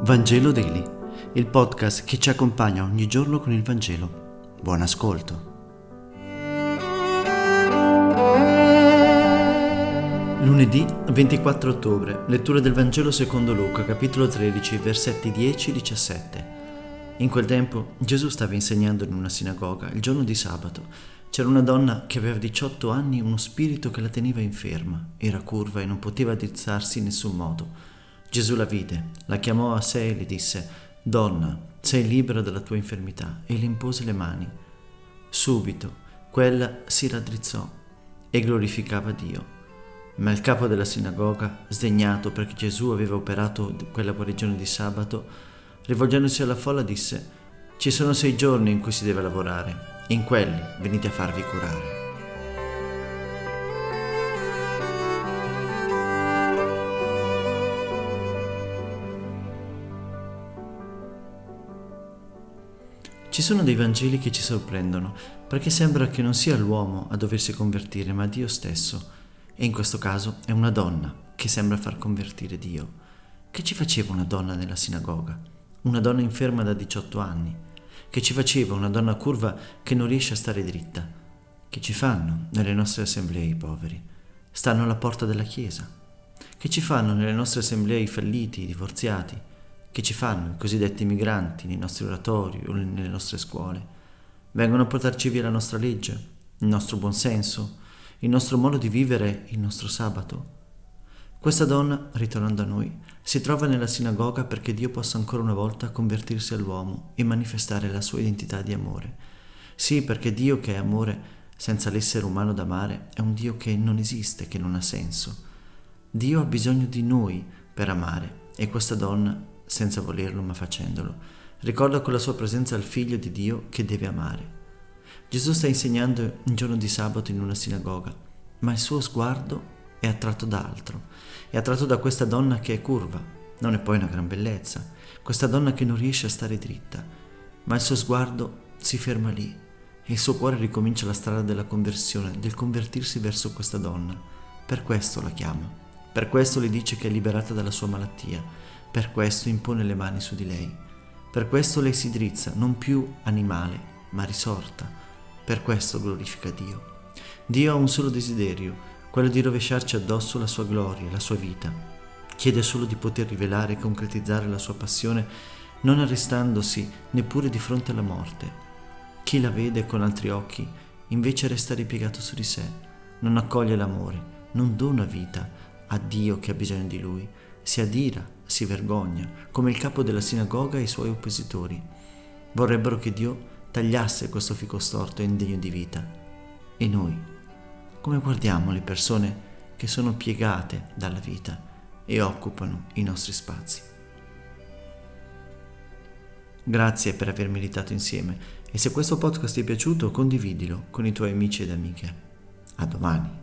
Vangelo Daily, il podcast che ci accompagna ogni giorno con il Vangelo. Buon ascolto. Lunedì 24 ottobre, lettura del Vangelo secondo Luca, capitolo 13, versetti 10-17. In quel tempo Gesù stava insegnando in una sinagoga il giorno di sabato. C'era una donna che aveva 18 anni e uno spirito che la teneva inferma. Era curva e non poteva alzarsi in nessun modo. Gesù la vide, la chiamò a sé e le disse: «Donna, sei libera dalla tua infermità», e le impose le mani. Subito quella si raddrizzò e glorificava Dio. Ma il capo della sinagoga, sdegnato perché Gesù aveva operato quella guarigione di sabato, rivolgendosi alla folla disse: «Ci sono 6 giorni in cui si deve lavorare, e in quelli venite a farvi curare». Ci sono dei Vangeli che ci sorprendono, perché sembra che non sia l'uomo a doversi convertire, ma Dio stesso. E in questo caso è una donna che sembra far convertire Dio. Che ci faceva una donna nella sinagoga? Una donna inferma da 18 anni? Che ci faceva una donna curva che non riesce a stare dritta? Che ci fanno nelle nostre assemblee i poveri? Stanno alla porta della chiesa. Che ci fanno nelle nostre assemblee i falliti, i divorziati? Che ci fanno i cosiddetti migranti nei nostri oratori o nelle nostre scuole? Vengono a portarci via la nostra legge, il nostro buonsenso, il nostro modo di vivere, il nostro sabato. Questa donna, ritornando a noi, si trova nella sinagoga perché Dio possa ancora una volta convertirsi all'uomo e manifestare la sua identità di amore. Sì, perché Dio, che è amore, senza l'essere umano da amare, è un Dio che non esiste, che non ha senso. Dio ha bisogno di noi per amare, e questa donna, senza volerlo ma facendolo, ricorda con la sua presenza il Figlio di Dio che deve amare. Gesù sta insegnando un giorno di sabato in una sinagoga, ma il suo sguardo è attratto da altro. È attratto da questa donna che è curva. Non è poi una gran bellezza, questa donna che non riesce a stare dritta, ma il suo sguardo si ferma lì e il suo cuore ricomincia la strada della conversione, del convertirsi verso questa donna. Per questo la chiama, per questo le dice che è liberata dalla sua malattia. Per questo impone le mani su di lei. Per questo lei si drizza, non più animale, ma risorta. Per questo glorifica Dio. Dio ha un solo desiderio, quello di rovesciarci addosso la sua gloria, la sua vita. Chiede solo di poter rivelare e concretizzare la sua passione, non arrestandosi neppure di fronte alla morte. Chi la vede con altri occhi, invece resta ripiegato su di sé, non accoglie l'amore, non dona vita a Dio che ha bisogno di lui, si adira, si vergogna, come il capo della sinagoga e i suoi oppositori. Vorrebbero che Dio tagliasse questo fico storto e indegno di vita. E noi, come guardiamo le persone che sono piegate dalla vita e occupano i nostri spazi? Grazie per aver meditato insieme, e se questo podcast ti è piaciuto, condividilo con i tuoi amici ed amiche. A domani.